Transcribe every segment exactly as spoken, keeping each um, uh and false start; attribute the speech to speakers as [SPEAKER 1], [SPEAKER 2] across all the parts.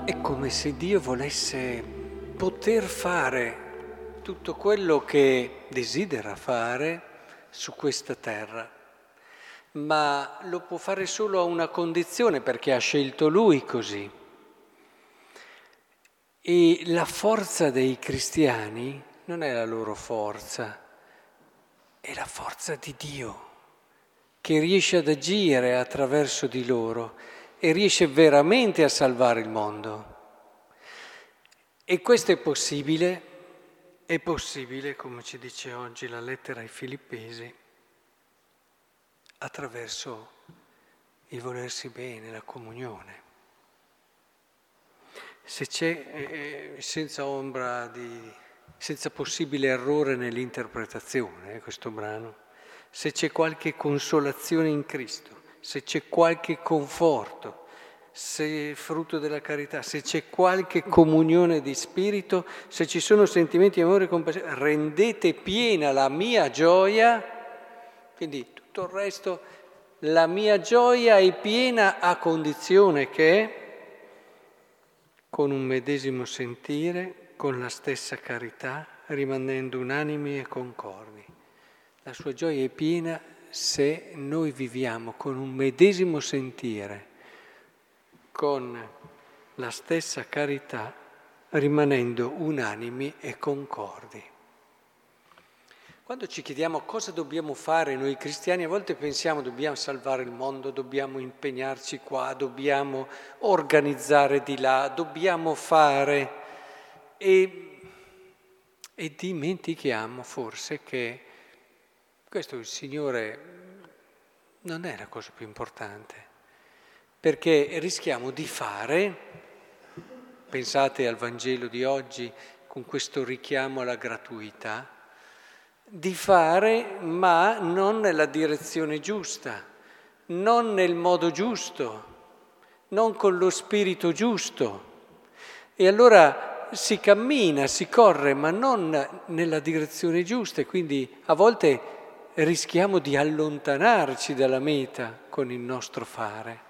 [SPEAKER 1] È come se Dio volesse poter fare tutto quello che desidera fare su questa terra, ma lo può fare solo a una condizione, perché ha scelto Lui così. E la forza dei cristiani non è la loro forza, è la forza di Dio, che riesce ad agire attraverso di loro e riesce veramente a salvare il mondo. E questo è possibile, è possibile, come ci dice oggi la lettera ai Filippesi, attraverso il volersi bene, la comunione. Se c'è, eh, senza ombra di, senza possibile errore nell'interpretazione, eh, questo brano, se c'è qualche consolazione in Cristo, se c'è qualche conforto, se è frutto della carità, se c'è qualche comunione di spirito, se ci sono sentimenti di amore e compassione, rendete piena la mia gioia, quindi tutto il resto, la mia gioia è piena a condizione che con un medesimo sentire, con la stessa carità, rimanendo unanimi e concordi. La sua gioia è piena se noi viviamo con un medesimo sentire, con la stessa carità, rimanendo unanimi e concordi. Quando ci chiediamo cosa dobbiamo fare noi cristiani, a volte pensiamo dobbiamo salvare il mondo, dobbiamo impegnarci qua, dobbiamo organizzare di là, dobbiamo fare e, e dimentichiamo forse che questo il Signore non è la cosa più importante, perché rischiamo di fare, pensate al Vangelo di oggi con questo richiamo alla gratuità, di fare ma non nella direzione giusta, non nel modo giusto, non con lo spirito giusto. E allora si cammina, si corre, ma non nella direzione giusta e quindi a volte rischiamo di allontanarci dalla meta con il nostro fare.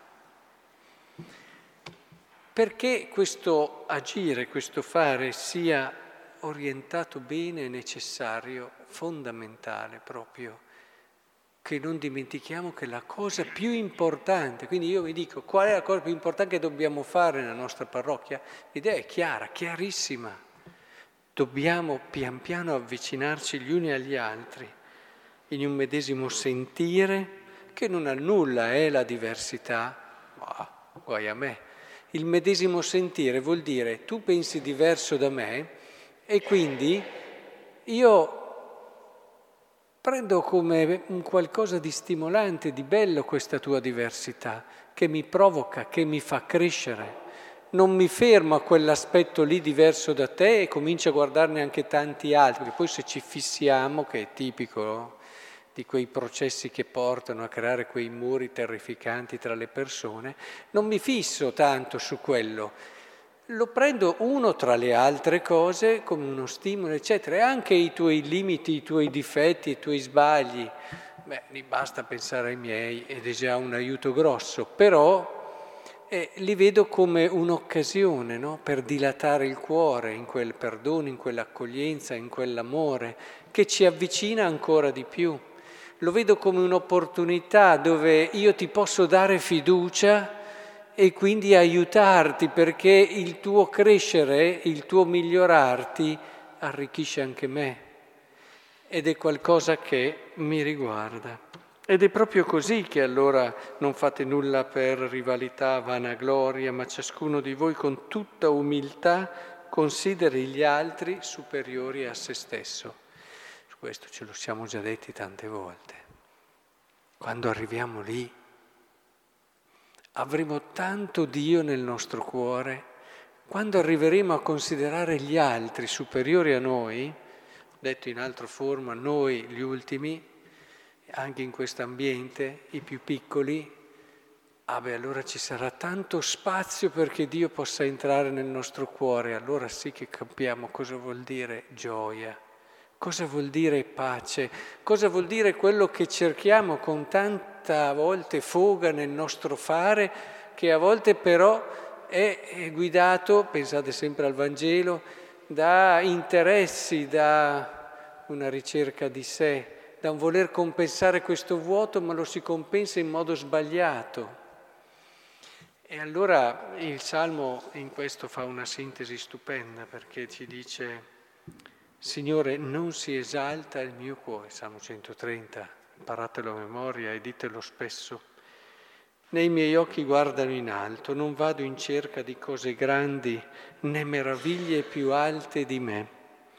[SPEAKER 1] Perché questo agire, questo fare sia orientato bene è necessario, fondamentale proprio, che non dimentichiamo che la cosa più importante, quindi io vi dico qual è la cosa più importante che dobbiamo fare nella nostra parrocchia? L'idea è chiara, chiarissima. Dobbiamo pian piano avvicinarci gli uni agli altri in un medesimo sentire che non annulla eh, la diversità, ma guai a me. Il medesimo sentire vuol dire tu pensi diverso da me e quindi io prendo come un qualcosa di stimolante, di bello questa tua diversità, che mi provoca, che mi fa crescere. Non mi fermo a quell'aspetto lì diverso da te e comincio a guardarne anche tanti altri, perché poi se ci fissiamo, che è tipico, no? Di quei processi che portano a creare quei muri terrificanti tra le persone, non mi fisso tanto su quello. Lo prendo uno tra le altre cose come uno stimolo, eccetera, e anche i tuoi limiti, i tuoi difetti, i tuoi sbagli, beh, li basta pensare ai miei ed è già un aiuto grosso, però eh, li vedo come un'occasione, no? Per dilatare il cuore in quel perdono, in quell'accoglienza, in quell'amore che ci avvicina ancora di più. Lo vedo come un'opportunità dove io ti posso dare fiducia e quindi aiutarti perché il tuo crescere, il tuo migliorarti arricchisce anche me ed è qualcosa che mi riguarda. Ed è proprio così che allora non fate nulla per rivalità, vanagloria, ma ciascuno di voi con tutta umiltà consideri gli altri superiori a se stesso. Questo ce lo siamo già detti tante volte. Quando arriviamo lì, avremo tanto Dio nel nostro cuore. Quando arriveremo a considerare gli altri superiori a noi, detto in altra forma, noi gli ultimi, anche in questo ambiente, i più piccoli, ah beh, allora ci sarà tanto spazio perché Dio possa entrare nel nostro cuore. Allora sì che capiamo cosa vuol dire gioia. Cosa vuol dire pace? Cosa vuol dire quello che cerchiamo con tanta a volte foga nel nostro fare, che a volte però è, è guidato, pensate sempre al Vangelo, da interessi, da una ricerca di sé, da un voler compensare questo vuoto, ma lo si compensa in modo sbagliato. E allora il Salmo in questo fa una sintesi stupenda, perché ci dice: Signore, non si esalta il mio cuore, Salmo centotrenta, imparatelo a memoria e ditelo spesso. Nei miei occhi guardano in alto, non vado in cerca di cose grandi, né meraviglie più alte di me.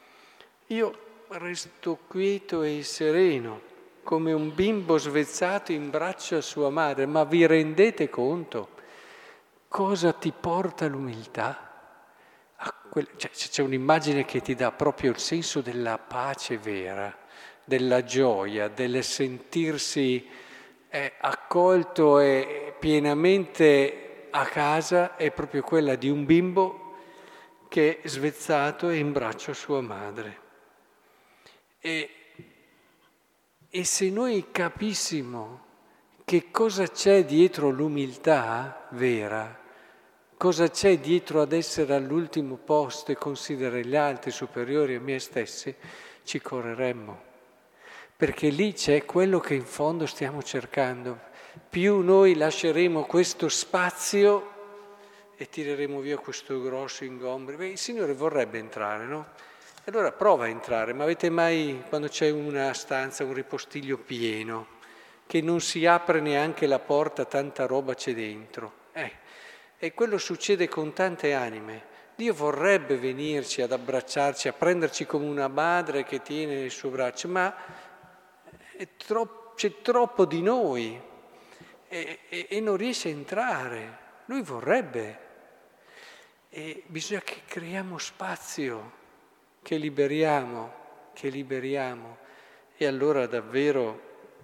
[SPEAKER 1] Io resto quieto e sereno, come un bimbo svezzato in braccio a sua madre, ma vi rendete conto cosa ti porta l'umiltà? A quel, cioè, c'è un'immagine che ti dà proprio il senso della pace vera, della gioia, del sentirsi eh, accolto e pienamente a casa, è proprio quella di un bimbo che è svezzato e in braccio a sua madre. E, e se noi capissimo che cosa c'è dietro l'umiltà vera, cosa c'è dietro ad essere all'ultimo posto e considerare gli altri superiori a me stessi, ci correremmo. Perché lì c'è quello che in fondo stiamo cercando. Più noi lasceremo questo spazio e tireremo via questo grosso ingombro. Beh, il Signore vorrebbe entrare, no? Allora prova a entrare, ma avete mai, quando c'è una stanza, un ripostiglio pieno, che non si apre neanche la porta, tanta roba c'è dentro? Eh, e quello succede con tante anime. Dio vorrebbe venirci ad abbracciarci, a prenderci come una madre che tiene nel suo braccio, ma è troppo, c'è troppo di noi e, e, e non riesce a entrare. Lui vorrebbe. E bisogna che creiamo spazio, che liberiamo, che liberiamo. E allora davvero,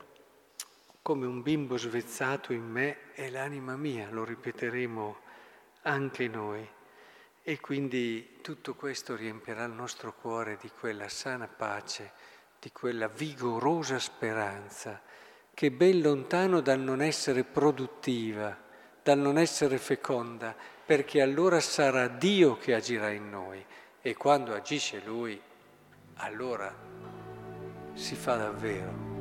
[SPEAKER 1] come un bimbo svezzato in me è l'anima mia, lo ripeteremo anche noi. E quindi tutto questo riempirà il nostro cuore di quella sana pace, di quella vigorosa speranza, che è ben lontano dal non essere produttiva, dal non essere feconda, perché allora sarà Dio che agirà in noi. E quando agisce Lui, allora si fa davvero.